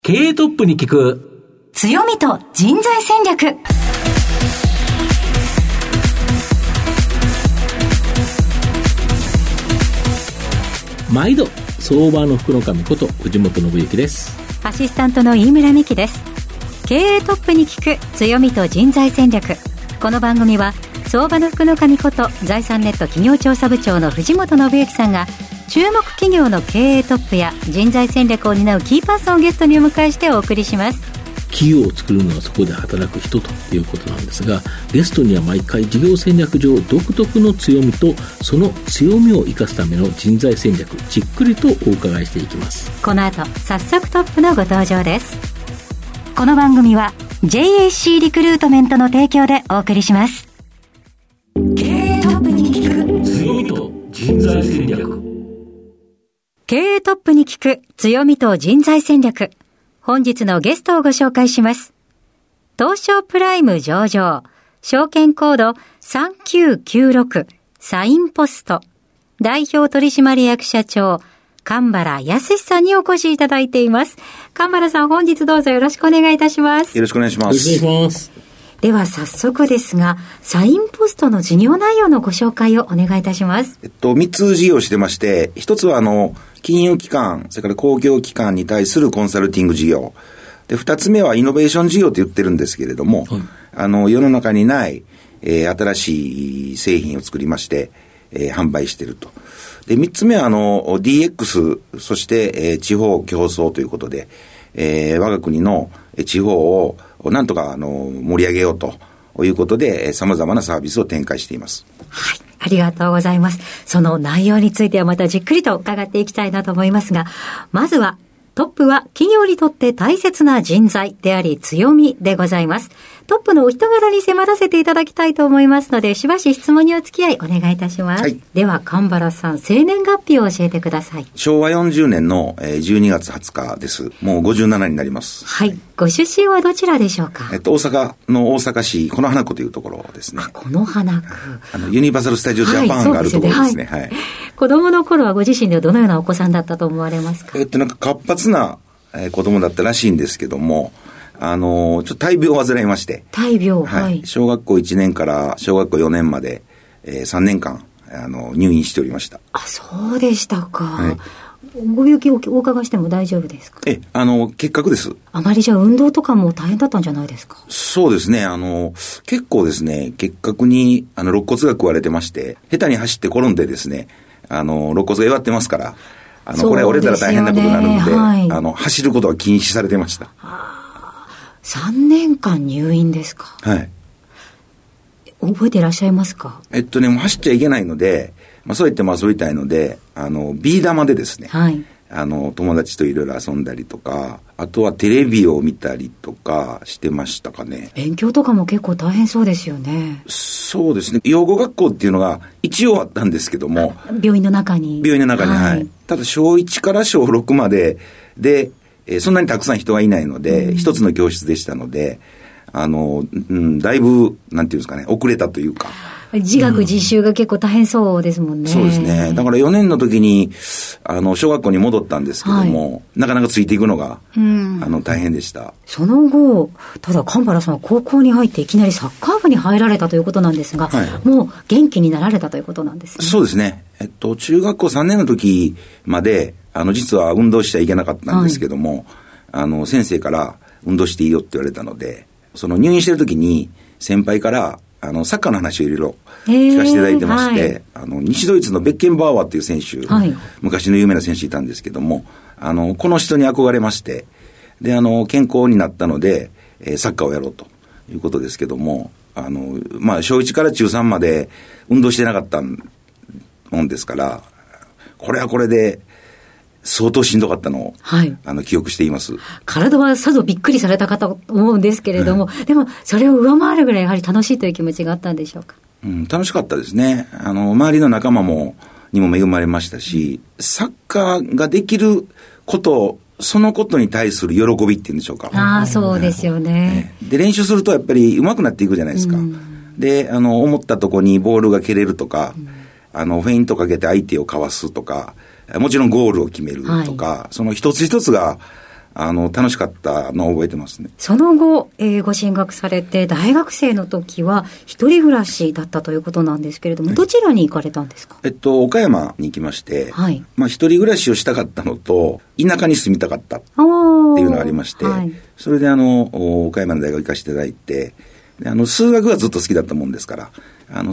経営トップに聞く強みと人材戦略。 毎度相場の福の神こと藤本信之です。 アシスタントの飯村美希です。経営トップに聞く強みと人材戦略。この番組は相場の福の神こと財産ネット企業調査部長の藤本信之さんが注目企業の経営トップや人材戦略を担うキーパーソンをゲストにお迎えしてお送りします。 企業を作るのはそこで働く人ということなんですが、ゲストには毎回事業戦略上独特の強みとその強みを生かすための人材戦略、じっくりとお伺いしていきます。 この後早速トップのご登場です。この番組は JAC リクルートメントの提供でお送りします。経営トップに聞く強みと人材戦略。 経営トップに聞く強みと人材戦略。本日のゲストをご紹介します。東証プライム上場、証券コード3996サインポスト代表取締役社長神原康さんにお越しいただいています。神原さん、本日どうぞよろしくお願いいたします。 よろしくお願いします。 よろしくお願いします。 では早速ですが、サインポストの事業内容のご紹介をお願いいたします。 3つ事業してまして、1つは金融機関、それから公共機関に対するコンサルティング事業。で、2つ目はイノベーション事業と言ってるんですけれども、はい、世の中にない、新しい製品を作りまして、販売していると。で、3つ目はDX、そして、地方競争ということで、我が国の地方をなんとか盛り上げようということで、様々なサービスを展開しています。 はい。ありがとうございます。その内容についてはまたじっくりと伺っていきたいなと思いますが、まずはトップは企業にとって大切な人材であり強みでございます。トップのお人柄に迫らせていただきたいと思いますので、しばし質問にお付き合いお願いいたします。はい、では神原さん、生年月日を教えてください。 昭和40年の12月20日です。もう57になります。 はい。ご出身はどちらでしょうか？ 大阪の大阪市此花区というところですね。 此花区。 ユニバーサルスタジオジャパンがあるところですね。はい。 子供の頃はご自身ではどのようなお子さんだったと思われますか？ なんか活発な子供だったらしいんですけども、ちょっと大病を患いまして。 大病、 はい。小学校1年から小学校4年まで、3年間、入院しておりました。 あ、そうでしたか。はい、ご病気をお伺いしても大丈夫ですか？ 結核です。 あまりじゃあ運動とかも大変だったんじゃないですか？ そうですね。結構ですね、結核に、肋骨が食われてまして、下手に走って転んでですね、肋骨が弱ってますから、これ折れたら大変なことになるので、はい、走ることは禁止されてました。 3年間入院ですか？ はい。 覚えていらっしゃいますか？ もう走っちゃいけないので、そう言っても遊びたいので、ビー玉でですね、はい、友達といろいろ遊んだりとか、あとはテレビを見たりとかしてましたかね。 勉強とかも結構大変そうですよね。 そうですね。養護学校っていうのが一応あったんですけども。 病院の中に。 病院の中に、はい。ただ小1から小6までで、そんなにたくさん人がいないので、一つの教室でしたので、だいぶ、なんていうんですかね、遅れたというか。 自学自習が結構大変そうですもんね。 そうですね。だから4年の時に、小学校に戻ったんですけども、はい、なかなかついていくのが、大変でした。 その後、ただ神原さんは高校に入っていきなりサッカー部に入られたということなんですが、はい、もう元気になられたということなんですね。 そうですね。中学校3年の時まで、実は運動しちゃいけなかったんですけども、はい、先生から運動していいよって言われたので、その入院してる時に先輩からサッカーの話をいろいろ聞かせていただいてまして、はい、西ドイツのベッケンバウアーっていう選手、はい、昔の有名な選手いたんですけども、この人に憧れまして、で、健康になったので、サッカーをやろうということですけども、小1から中3まで運動してなかったもんですから、これはこれで、相当しんどかったのを、はい、記憶しています。 体はさぞびっくりされたかと思うんですけれども、でもそれを上回るぐらいやはり楽しいという気持ちがあったんでしょうか？ 楽しかったですね。周りの仲間にも恵まれましたし、サッカーができること、そのことに対する喜びっていうんでしょうか。 ああ、そうですよね。 で、練習するとやっぱり上手くなっていくじゃないですか。で、思ったとこにボールが蹴れるとか、フェイントかけて相手をかわすとか、もちろんゴールを決めるとか、はい、その一つ一つが、 楽しかったのを覚えてますね。 その後、ご進学されて、大学生の時は一人暮らしだったということなんですけれども、どちらに行かれたんですか？ 岡山に行きまして、 はい。 一人暮らしをしたかったのと、田舎に住みたかったっていうのがありまして、はい、それで岡山の大学行かせていただいて、で数学がずっと好きだったもんですから、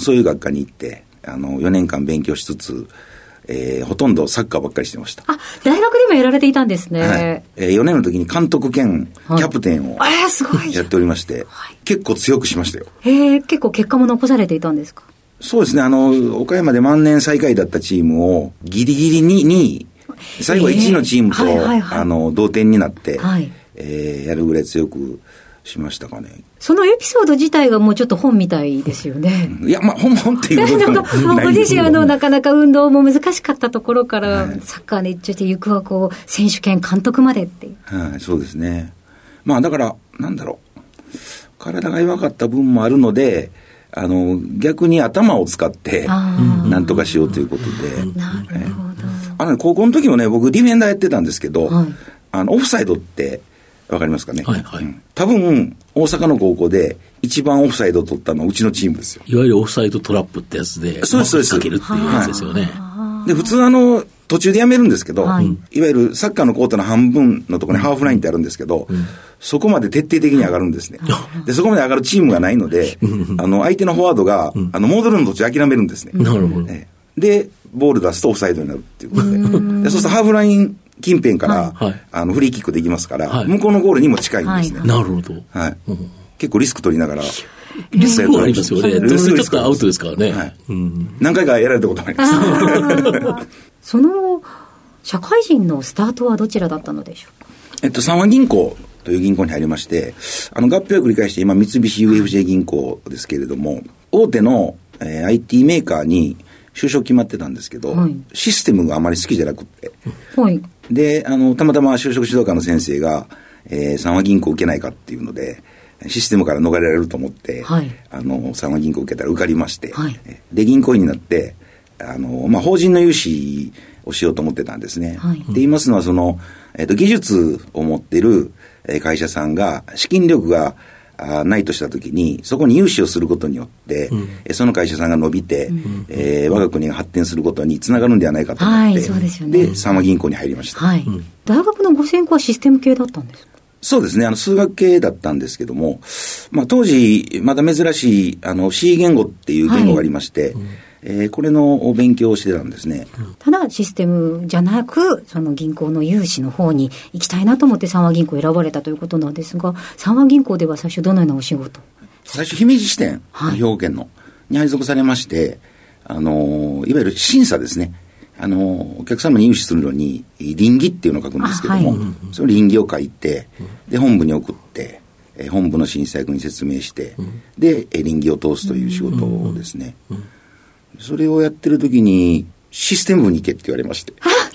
そういう学科に行って、4年間勉強しつつ、ほとんどサッカーばっかりしてました。 大学でもやられていたんですね。 はい。4年の時に監督兼キャプテンをやっておりまして、 はい、 結構強くしましたよ。 結構結果も残されていたんですか？ そうですね。岡山で万年最下位だったチームをギリギリに2位、最後は1位のチームと、同点になって、はい、やるぐらい強くしましたかね。 そのエピソード自体がもうちょっと本みたいですよね。 いや、本っていうことでもない。 ご自身なかなか運動も難しかったところから、はい、サッカー熱中してゆくはこう選手権監督までっていう。 はい、そうですね。だから体が弱かった分もあるので、逆に頭を使ってなんとかしようということで。 なるほど。 高校の時もね、僕ディフェンダーやってたんですけど、はい、オフサイドってわかりますかね？ はいはい。 多分大阪の高校で一番オフサイドを取ったのはうちのチームですよ。 いわゆるオフサイドトラップってやつで、 そうですかけるっていうやつですよね。 はい、で普通途中でやめるんですけど、はい、いわゆるサッカーのコートの半分のところにハーフラインってあるんですけど、そこまで徹底的に上がるんですね。でそこまで上がるチームがないので、相手のフォワードが戻るの途中諦めるんですね。 なるほど。 でボール出すとオフサイドになるっていうことで、そうするとハーフライン近辺から、はい、フリーキックできますから、はい、向こうのゴールにも近いんですね。 なるほど。 はい。結構リスク取りながら。 リスクはありますよね。ちょっとアウトですからね。 はい。何回かやられたことがあります。 その社会人のスタートはどちらだったのでしょうか？ 三和銀行という銀行に入りまして、合併を繰り返して今三菱 UFJ 銀行ですけれども、大手の、IT メーカーに就職決まってたんですけど、はい、システムがあまり好きじゃなくって、はい、でたまたま就職指導官の先生が、三和銀行受けないかっていうのでシステムから逃れられると思って、はい、三和銀行受けたら受かりまして、はい、で銀行員になって法人の融資をしようと思ってたんですね。はい、で言いますのは技術を持っている会社さんが資金力がないとしたときにそこに融資をすることによって、その会社さんが伸びて、我が国が発展することにつながるんではないかと思って、はい、そうですよね。で三和銀行に入りました。 はい、大学のご専攻はシステム系だったんですか？ そうですね。数学系だったんですけども、当時まだ珍しいC 言語っていう言語がありまして、これの勉強をしてたんですね。 ただシステムじゃなくその銀行の融資の方に行きたいなと思って三和銀行を選ばれたということなんですが、三和銀行では最初どのようなお仕事？ 最初姫路支店、兵庫県のに配属されまして、いわゆる審査ですね。お客様に融資するのに稟議っていうのを書くんですけども、その稟議を書いて、で本部に送って、本部の審査役に説明して、で稟議を通すという仕事ですね。それをやってる時にシステム部に行けって言われまして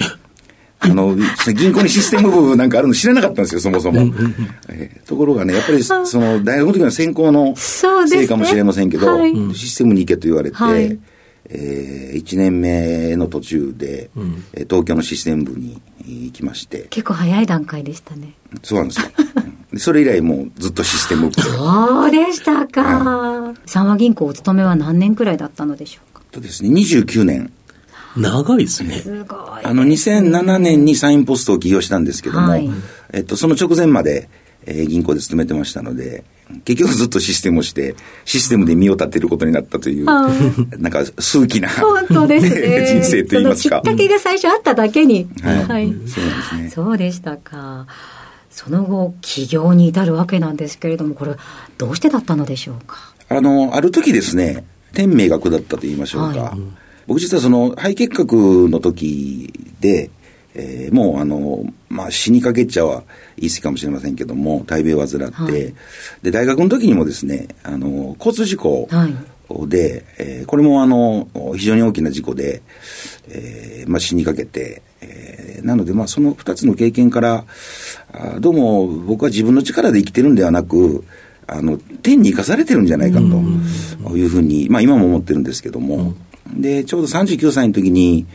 銀行にシステム部なんかあるの知らなかったんですよ、そもそも。ところがね、やっぱり大学の時の専攻のせいかもしれませんけど、はい、システムに行けと言われて、はい、1年目の途中で、東京のシステム部に行きまして。 結構早い段階でしたね。 そうなんですよ。それ以来もうずっとシステム部で。 そうでしたか。はい、三和銀行お勤めは何年くらいだったのでしょうか？ ですね、29年。 長いですね。 すごい。 2007年にサインポストを起業したんですけども、はい、その直前まで、銀行で勤めてましたので、結局ずっとシステムをしてシステムで身を立てることになったというなんか数奇な本当ですね人生といいますか。 そのきっかけが最初あっただけに、 はいはい、そうなんですね。 そうでしたか。その後起業に至るわけなんですけれども、これどうしてだったのでしょうか？ ある時ですね、天命が下ったと言いましょうか、はい、僕実は肺結核の時で、もう死にかけちゃは言い過ぎかもしれませんけども、大病を患って、はい、で大学の時にもですね交通事故で、はい、これも非常に大きな事故で、死にかけて、なのでその2つの経験からどうも僕は自分の力で生きてるんではなく天に生かされてるんじゃないかというふうに、今も思ってるんですけども、でちょうど39歳の時に、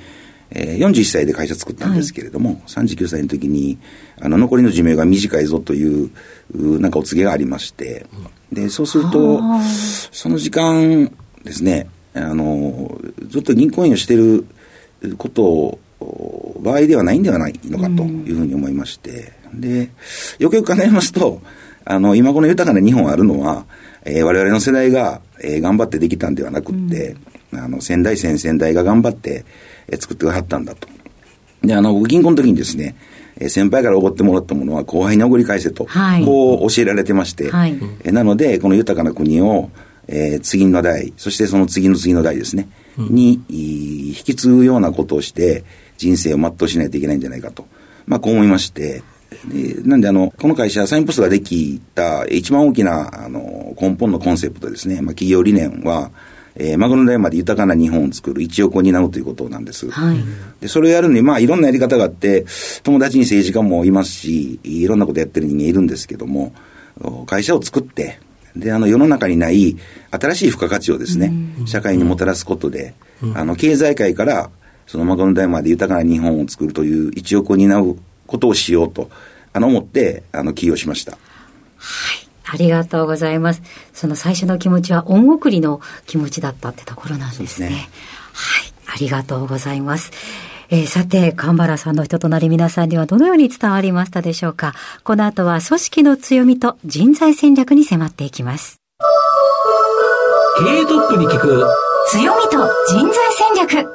41歳で会社作ったんですけれども、39歳の時に残りの寿命が短いぞというなんかお告げがありまして、でそうするとその時間ですね、ずっと銀行員をしていることを場合ではないんではないのかというふうに思いまして、でよくよく考えますと今この豊かな日本あるのは、我々の世代が、頑張ってできたんではなくって、先代先々代が頑張って、作ってくださったんだと。で僕銀行の時にですね、先輩からおごってもらったものは後輩におごり返せと、こう教えられてまして、なのでこの豊かな国を、次の代、そしてその次の次の代ですね、に引き継ぐようなことをして人生を全うしないといけないんじゃないかと、こう思いまして、なんでこの会社サインポストができた一番大きな根本のコンセプトですね、企業理念は、孫の代まで豊かな日本を作る一翼を担うということなんです、でそれをやるのにいろんなやり方があって、友達に政治家もいますし、いろんなことやってる人間いるんですけども、会社を作ってで世の中にない新しい付加価値をですね、社会にもたらすことで、経済界からその孫の代まで豊かな日本を作るという一翼を担うことをしようと思って起用しました。 ありがとうございます。その最初の気持ちは恩送りの気持ちだったってところなんですね。ありがとうございます。さて、神原さんの人となり皆さんにはどのように伝わりましたでしょうか。この後は組織の強みと人材戦略に迫っていきます。 経営トップに聞く強みと人材戦略。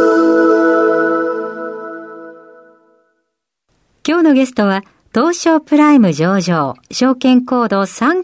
今日のゲストは東証プライム上場証券コード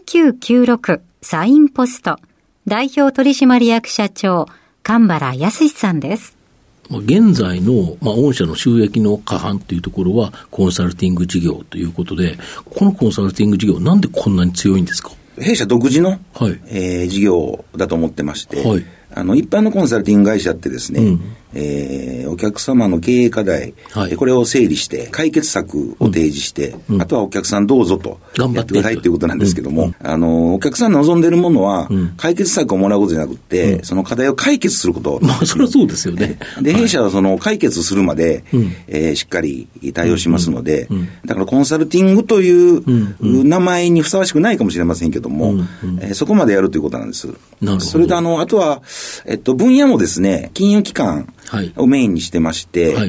3996サインポスト代表取締役社長神原康さんです。 現在の、御社の収益の過半というところはコンサルティング事業ということで、このコンサルティング事業なんでこんなに強いんですか？ 弊社独自の、事業だと思ってまして、一般のコンサルティング会社ってですね、お客様の経営課題、これを整理して解決策を提示して、あとはお客さんどうぞとやってくださいということなんですけども、お客さんの望んでいるものは、解決策をもらうことじゃなくて、その課題を解決すること。 それはそうですよね。 で、弊社はその解決するまで、しっかり対応しますので、だからコンサルティングという名前にふさわしくないかもしれませんけども、そこまでやるということなんです。それとあとは、分野もですね、金融機関をメインにしてまして、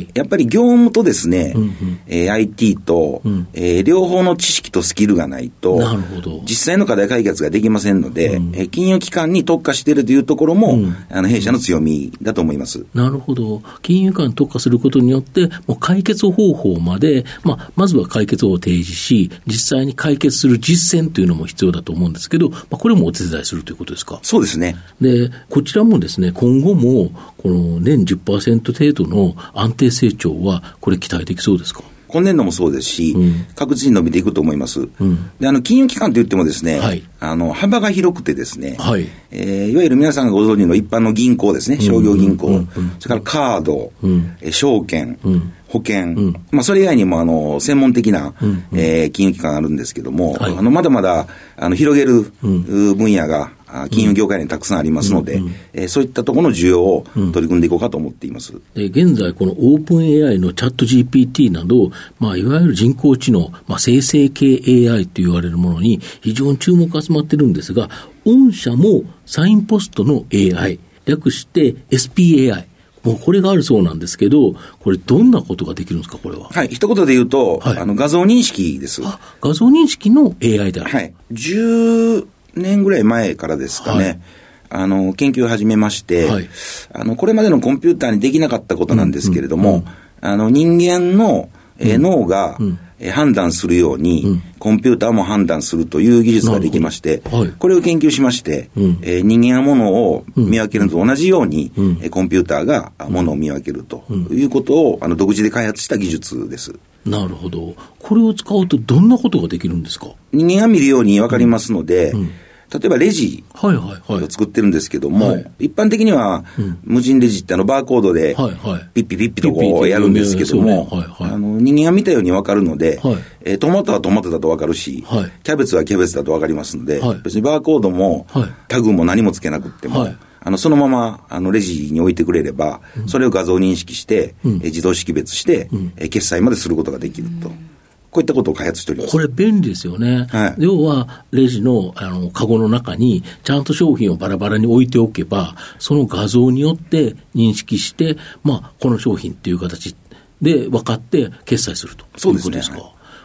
やっぱり業務とですね、IT と、両方の知識とスキルがないと、実際の課題解決ができませんので、金融機関に特化しているというところも、弊社の強みだと思います。 なるほど。金融機関に特化することによって、もう解決方法まで、まずは解決法を提示し、実際に解決する実践というのも必要だと思うんですけど、これもお手伝いするということですか？ そうですね。 で、こちらもですね、今後もこの年 10% 程度の安定成長はこれ期待できそうですか？ 今年度もそうですし、確実に伸びていくと思います。で金融機関といってもですね、幅が広くてですね、いわゆる皆さんがご存知の一般の銀行ですね、商業銀行、それからカード、証券、保険、それ以外にも専門的な、金融機関があるんですけども、まだまだ広げる分野が金融業界にたくさんありますので、そういったところの需要を取り組んでいこうかと思っています。 現在このオープン AI のチャット GPT など、いわゆる人工知能、生成系 AI と言われるものに非常に注目が集まってるんですが、御社もサインポストの AI、略して SPAI、もうこれがあるそうなんですけど、これどんなことができるんですか？これは。 一言で言うと、画像認識です。 画像認識の AI である。 10年ぐらい前からですかね、研究を始めまして、これまでのコンピューターにできなかったことなんですけれども、人間の、脳が、判断するように、コンピューターも判断するという技術ができまして、これを研究しまして、人間がものを見分けるのと同じように、コンピューターがものを見分けるということを独自で開発した技術です。 なるほど。これを使うとどんなことができるんですか？ 人間が見るように分かりますので、例えばレジを作ってるんですけども、一般的には無人レジってバーコードでピッピピッピとこうやるんですけども、人間が見たように分かるので、トマトはトマトだと分かるし、キャベツはキャベツだと分かりますので、別にバーコードもタグも何もつけなくってもそのままレジに置いてくれれば、それを画像認識して、自動識別して、決済まですることができると。こういったことを開発しております。 これ便利ですよね。はい、要はレジのカゴの中にちゃんと商品をバラバラに置いておけば、その画像によって認識して、この商品っていう形で分かって決済するということですか。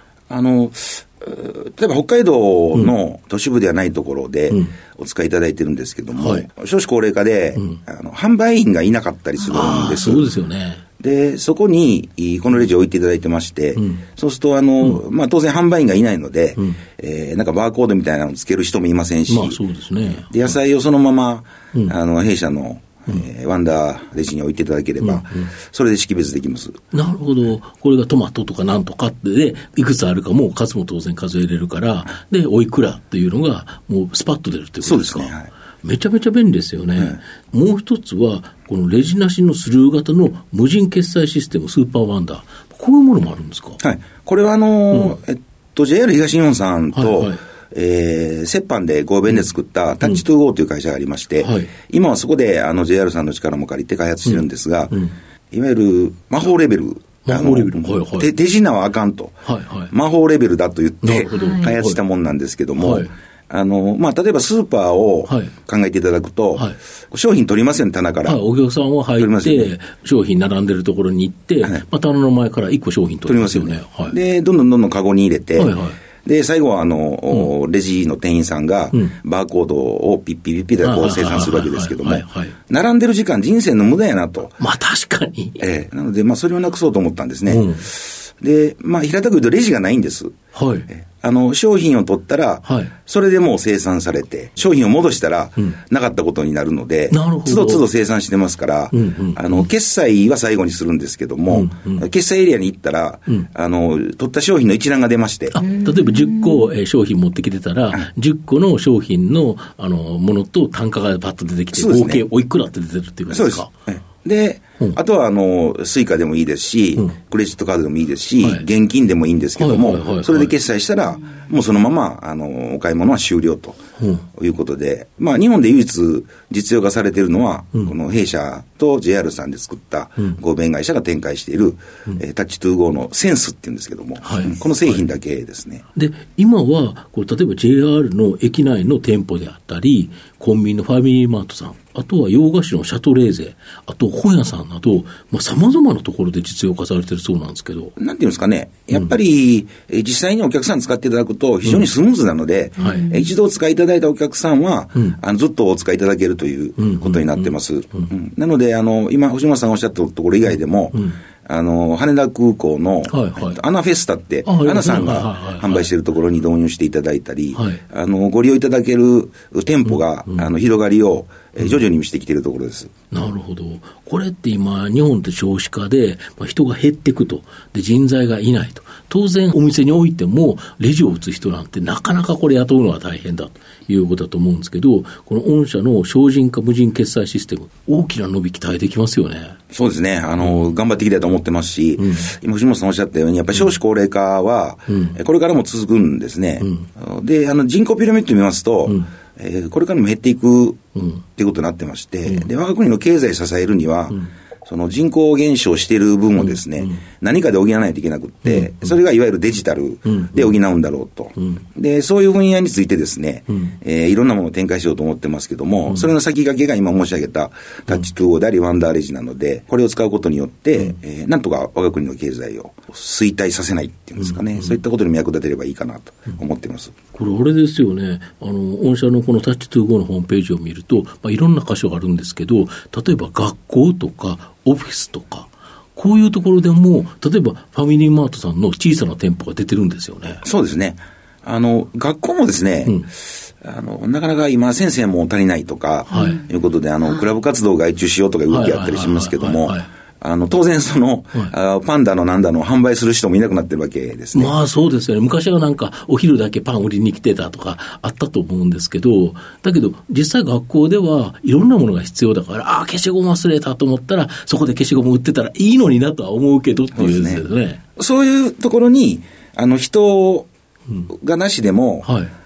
例えば北海道の都市部ではないところでお使いいただいてるんですけども、少子高齢化で、販売員がいなかったりするんです。 そうですよね。 で、そこにこのレジを置いていただいてまして、そうすると当然販売員がいないので、なんかバーコードみたいなのをつける人もいませんし、 そうですね。 で、野菜をそのまま、弊社のワンダーレジに置いていただければ、それで識別できます。 なるほど。これがトマトとかなんとかってで、いくつあるかも数も当然数えれるから、で、おいくらっていうのがもうスパッと出るっていうことですか。そうですね。はい、めちゃめちゃ便利ですよね。もう一つは、このレジなしのスルー型の無人決済システム、スーパーワンダー。こういうものもあるんですか。 はい。これはJR 東日本さんと、折半で合弁で作ったタッチトゥーゴーという会社がありまして、今はそこでJR さんの力も借りて開発してるんですが、いわゆる魔法レベル、手品はあかんと、魔法レベルだと言って開発したものなんですけども、例えばスーパーを考えていただくと、商品取りません、棚から。 お客さんは入って、商品並んでるところに行って、棚の前から1個商品取りますよね。 で、どんどんカゴに入れて、で、最後はレジの店員さんがバーコードをピッピッピッピッでこう生産するわけですけども、並んでる時間人生の無駄やなと。 確かに。 なので、それをなくそうと思ったんですね。で、平たく言うとレジがないんです。商品を取ったら、それでもう生産されて、商品を戻したら、なかったことになるので、つどつど生産してますから、決済は最後にするんですけども、決済エリアに行ったら、取った商品の一覧が出まして。例えば 10個、商品持ってきてたら、10個の商品の、ものと単価がバッと出てきて、合計おいくらって出てるっていうことですか。 で、あとはスイカでもいいですし、クレジットカードでもいいですし、現金でもいいんですけども、それで決済したら、もうそのままお買い物は終了ということで、日本で唯一実用化されているのは、この弊社と JR さんで作った合弁会社が展開している、タッチトゥーゴーのセンスっていうんですけども、この製品だけですね。 で、今はこれ例えば JR の駅内の店舗であったり、コンビニのファミリーマートさん、あとは洋菓子のシャトレーゼ、あと本屋さんなど、様々なところで実用化されているそうなんですけど。 なんていうんですかね、やっぱり、実際にお客さん使っていただくと非常にスムーズなので、一度お使いいただいたお客さんは、ずっとお使いいただけるということになってます。なので、今、藤本さんがおっしゃったところ以外でも、羽田空港の、アナフェスタって、アナさんが販売しているところに導入していただいたり、ご利用いただける店舗が、広がりを徐々に見せてきているところです。 なるほど。これって今、日本って少子化で、人が減っていくと。で、人材がいないと。当然、お店においても、レジを打つ人なんてなかなかこれ雇うのは大変だということだと思うんですけど、この御社の省人化無人決済システム、大きな伸び期待できますよね。 そうですね。頑張っていきたいと思ってますし、今、藤本さんおっしゃったように、やっぱり少子高齢化は、これからも続くんですね。で、人口ピラミッド見ますと、これからも減っていくっていうことになってまして、で、我が国の経済を支えるには、その人口減少している分をですね、何かで補わないといけなくって、それがいわゆるデジタルで補うんだろうと。で、そういう分野についてですね、いろんなものを展開しようと思ってますけども、それの先駆けが今申し上げたタッチトゥーゴーでありワンダーレジなので、これを使うことによって、なんとか我が国の経済を衰退させないっていうんですかね、そういったことにも役立てればいいかなと思っています。 これあれですよね、御社のこのタッチトゥーゴーのホームページを見ると、いろんな箇所があるんですけど、例えば学校とかオフィスとか、こういうところでも、例えばファミリーマートさんの小さな店舗が出てるんですよね。 そうですね。学校もですね、なかなか今先生も足りないとか、いうことで、クラブ活動を外注しようとかいう動きあったりしますけども、当然パンダのなんだの販売する人もいなくなってるわけですね。 そうですよね。昔はなんかお昼だけパン売りに来てたとかあったと思うんですけど、だけど実際学校ではいろんなものが必要だから、消しゴム忘れたと思ったらそこで消しゴム売ってたらいいのになとは思うけどっていうですね。 そういうところに人がなしでも、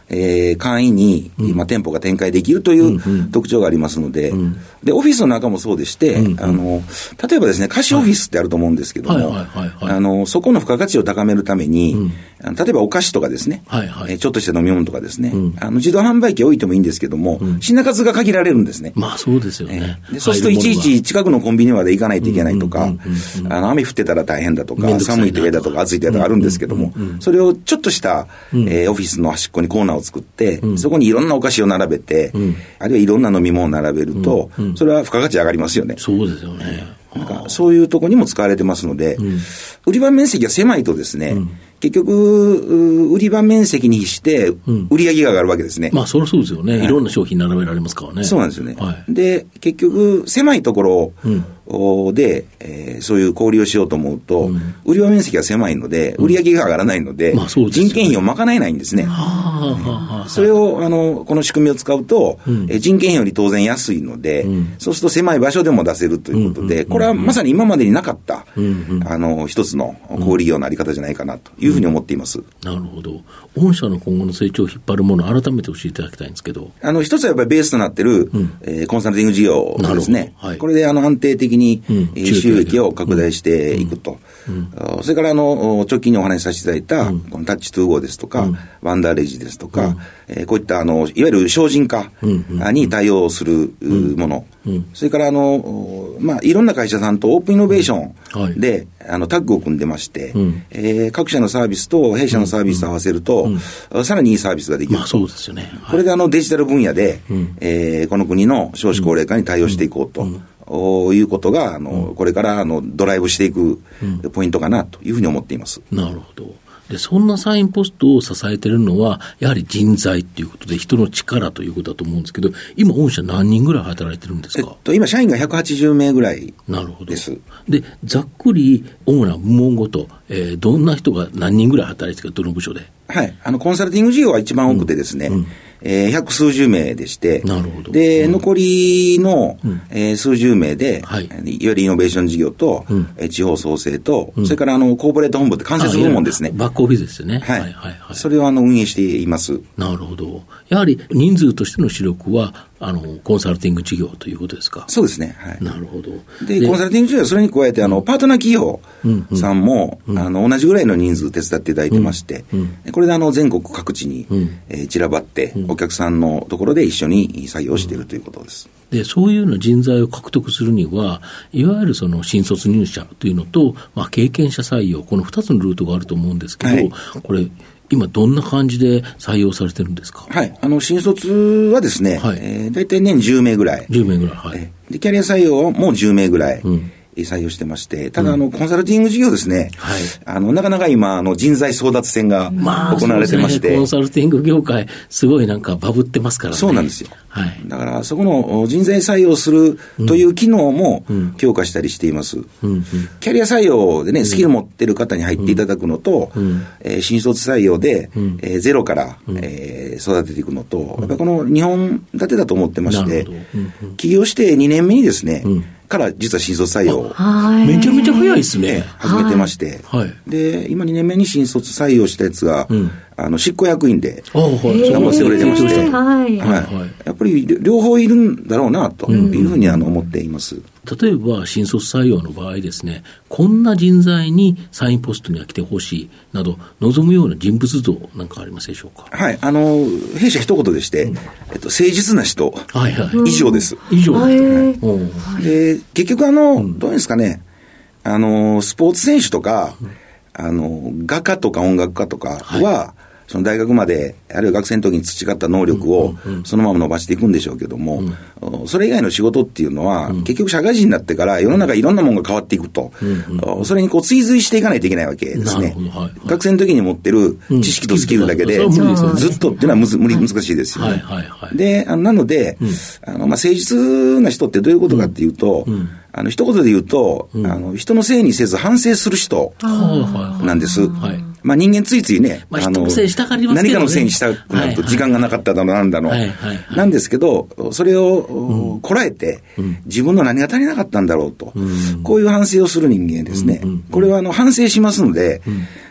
簡易に、店舗が展開できるという特徴がありますので、で、オフィスの中もそうでして、例えばですね、貸しオフィスってあると思うんですけども、そこの付加価値を高めるために、例えばお菓子とかですね、ちょっとした飲み物とかですね、自動販売機置いてもいいんですけども、品数が限られるんですね。 まあそうですよね。 そうするといちいち近くのコンビニまで行かないといけないとか、雨降ってたら大変だとか、寒いと嫌だとか、暑いと嫌だとかあるんですけども、それをちょっとした、オフィスの端っこにコーナーを作って、そこにいろんなお菓子を並べて、あるいはいろんな飲み物を並べると、それは付加価値上がりますよね。 そうですよね。 なんかそういうところにも使われてますので、売り場面積が狭いとですね、結局、売り場面積にして、売り上げが上がるわけですね。 まあ、そりゃそうですよね。いろんな商品並べられますからね。 そうなんですよね。で、結局、狭いところで、そういう小売りをしようと思うと、売り場面積が狭いので、売り上げが上がらないので、人件費を賄えないんですね。それを、この仕組みを使うと、人件費より当然安いので、そうすると狭い場所でも出せるということで、これはまさに今までになかった、一つの小売業のあり方じゃないかなというふうに思っています。 なるほど。御社の今後の成長を引っ張るものを改めて教えていただきたいんですけど。 一つはやっぱりベースとなっている、コンサルティング事業ですね。これで安定的に、収益を拡大していくと。それから直近にお話しさせていただいた、このタッチトゥーゴーですとか、ワンダーレジですとか、こういったいわゆる省人化に対応するもの。それからいろんな会社さんとオープンイノベーションで、タッグを組んでまして、各社のサービスと弊社のサービスを合わせると、さらにいいサービスができると。 そうですよね。 これでデジタル分野で、この国の少子高齢化に対応していこうと。いうことがこれからドライブしていくポイントかなというふうに思っています。 なるほど。で、そんなサインポストを支えているのはやはり人材ということで、人の力ということだと思うんですけど、今御社何人ぐらい働いてるんですか？ 今社員が180名ぐらいです。 なるほど。で、ざっくり主な部門ごと、どんな人が何人ぐらい働いてるか、どの部署で？ はい。コンサルティング事業は一番多くてですね、百数十名でして、 なるほど。 で、残りの、数十名で、いわゆるイノベーション事業と、地方創生と、それからコーポレート本部って間接部門ですね。 バックオフィスですよね。 それを運営しています。 なるほど。やはり人数としての主力は、コンサルティング事業ということですか？ そうですね。 なるほど。 で、コンサルティング事業はそれに加えて、パートナー企業さんも、同じぐらいの人数手伝っていただいてまして、これで全国各地に、散らばって、お客さんのところで一緒に採用しているということです。 で、そういうような人材を獲得するには、いわゆるその新卒入社というのと、経験者採用、この2つのルートがあると思うんですけど、これ、今どんな感じで採用されてるんですか？ 新卒はですね、大体年10名ぐらい。 10名ぐらい。 で、キャリア採用も10名ぐらい。採用してまして、ただコンサルティング事業ですね、なかなか今人材争奪戦が行われてまして、 コンサルティング業界すごいなんかバブってますからね。 そうなんですよ。だからそこの人材採用するという機能も強化したりしています。キャリア採用でね、スキル持ってる方に入っていただくのと、新卒採用で、ゼロから、育てていくのと、やっぱりこの2本立てだと思ってまして、起業して2年目にですね、から実は新卒採用めちゃめちゃ早いですね。 始めてまして、で今2年目に新卒採用したやつが、執行役員で頑張ってくれてまして、やっぱり両方いるんだろうなというふうに思っています。 例えば新卒採用の場合ですね、こんな人材にサインポストには来てほしいなど望むような人物像なんかありますでしょうか？ 弊社一言でして、誠実な人、以上です。 以上ですで、結局どうですかね、スポーツ選手とか、画家とか音楽家とかは、その大学まであるいは学生の時に培った能力をそのまま伸ばしていくんでしょうけども、それ以外の仕事っていうのは、結局社会人になってから世の中いろんなものが変わっていくと、それに追随していかないといけないわけですね。学生の時に持ってる知識とスキルだけでずっとっていうのは難しいですよね。で、なので、誠実な人ってどういうことかっていうと、一言で言うと、人のせいにせず反省する人なんです。人間ついついね、 何かのせいにしたくなると、時間がなかっただのなんだの、なんですけど、それをこらえて、自分の何が足りなかったんだろうと、こういう反省をする人間ですね。これは反省しますので、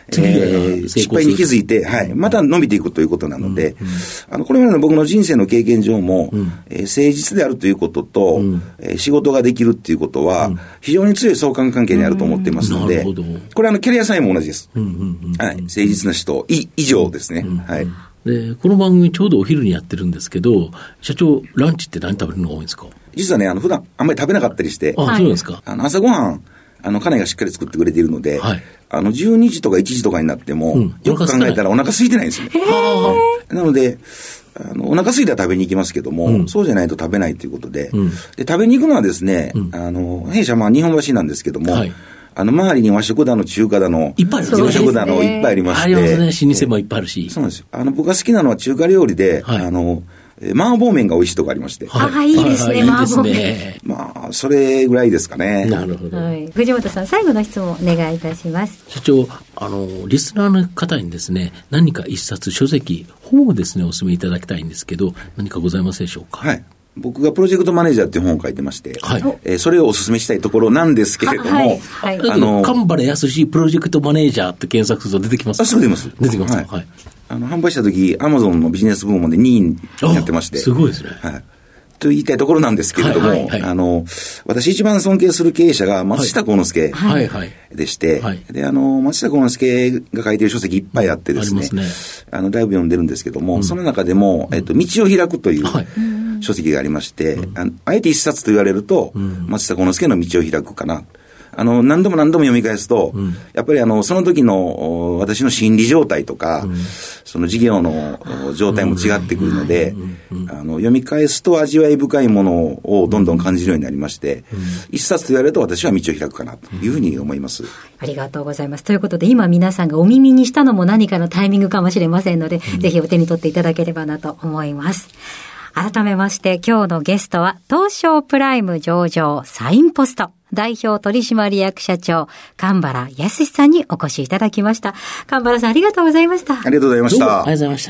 失敗に気づいて、はい、また伸びていくということなので、これまでの僕の人生の経験上も、誠実であるということと、仕事ができるっていうことは、非常に強い相関関係にあると思っていますので、これキャリアさえも同じです。はい、誠実な人以上ですね。はい。 で、この番組ちょうどお昼にやってるんですけど、社長、ランチって何食べるのが多いんですか？ 実はね、普段あんまり食べなかったりして、 そうなんですか。 朝ごはん、家内がしっかり作ってくれているので、はい、12時とか1時とかになっても、よく考えたらお腹空いてないんですよ。なので、お腹空いたら食べに行きますけども、そうじゃないと食べないということで、で食べに行くのはですね、弊社日本橋なんですけども、はい、周りに和食だの中華だの、洋食だのいっぱいありまして。 ありますね、老舗もいっぱいあるし。 そうなんですよ。僕が好きなのは中華料理で、はい、麻婆麺が美味しいとこありまして。 いいですね、麻婆麺。 それぐらいですかね。 なるほど。 はい、藤本さん、最後の質問お願いいたします。 社長、リスナーの方にですね、何か一冊書籍、本をですね、お勧めいただきたいんですけど、何かございますでしょうか？ はい。僕がプロジェクトマネージャーっていう本を書いてまして、はい、それをお勧めしたいところなんですけれども、はいはい、神原康プロジェクトマネージャーって検索すると出てきますか？ すぐ出ます。 出てきます。はい。 はい、販売した時、アマゾンのビジネス部門で2位になってまして。 すごいですね。 はい。と言いたいところなんですけれども、はいはいはい、私一番尊敬する経営者が松下幸之助でして、はいはい、で、松下幸之助が書いている書籍いっぱいあってですね、だいぶ読んでるんですけども、その中でも、道を開くという、書籍がありまして、あえて一冊と言われると、松下幸之助の道を開くかな。何度も読み返すと、やっぱりその時の私の心理状態とか、その事業の状態も違ってくるので、読み返すと味わい深いものをどんどん感じるようになりまして、一冊と言われると私は道を開くかなというふうに思います。 ありがとうございます。ということで、今皆さんがお耳にしたのも何かのタイミングかもしれませんので、ぜひお手に取っていただければなと思います。改めまして今日のゲストは東証プライム上場サインポスト代表取締役社長神原康さんにお越しいただきました。神原さん、ありがとうございました。 ありがとうございました。 ありがとうございました。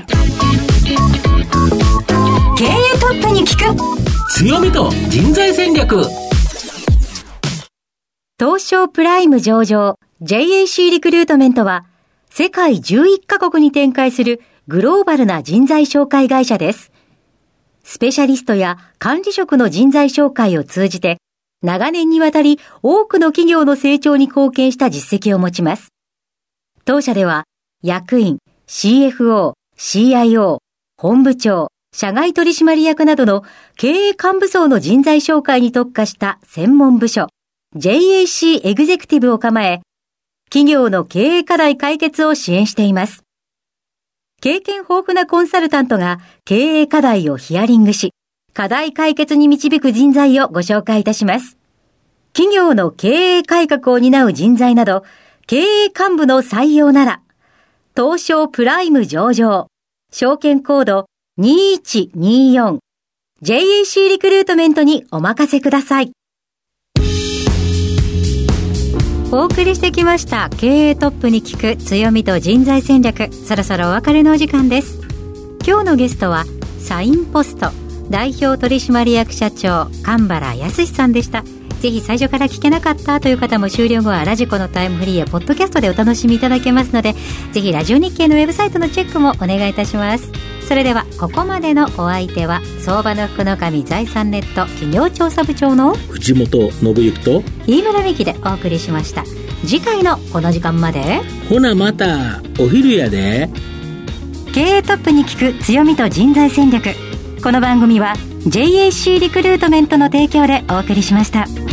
経営トップに聞く強みと人材戦略。 東証プライム上場 JAC リクルートメントは世界11カ国に展開するグローバルな人材紹介会社です。スペシャリストや管理職の人材紹介を通じて、長年にわたり多くの企業の成長に貢献した実績を持ちます。当社では、役員、CFO、CIO、本部長、社外取締役などの経営幹部層の人材紹介に特化した専門部署、JAC エグゼクティブを構え、企業の経営課題解決を支援しています。経験豊富なコンサルタントが経営課題をヒアリングし、課題解決に導く人材をご紹介いたします。企業の経営改革を担う人材など、経営幹部の採用なら、東証プライム上場、証券コード2124、JAC リクルートメントにお任せください。お送りしてきました経営トップに聞く強みと人材戦略、そろそろお別れのお時間です。今日のゲストはサインポスト代表取締役社長神原康さんでした。ぜひ最初から聞けなかったという方も終了後はラジコのタイムフリーやポッドキャストでお楽しみいただけますので、ぜひラジオ日経のウェブサイトのチェックもお願いいたします。それではここまでのお相手は相場の福の神財産ネット企業調査部長の藤本信之と飯村美希でお送りしました。次回のこの時間まで、 ほなまたお昼やで。 経営トップに聞く強みと人材戦略。この番組は JAC リクルートメントの提供でお送りしました。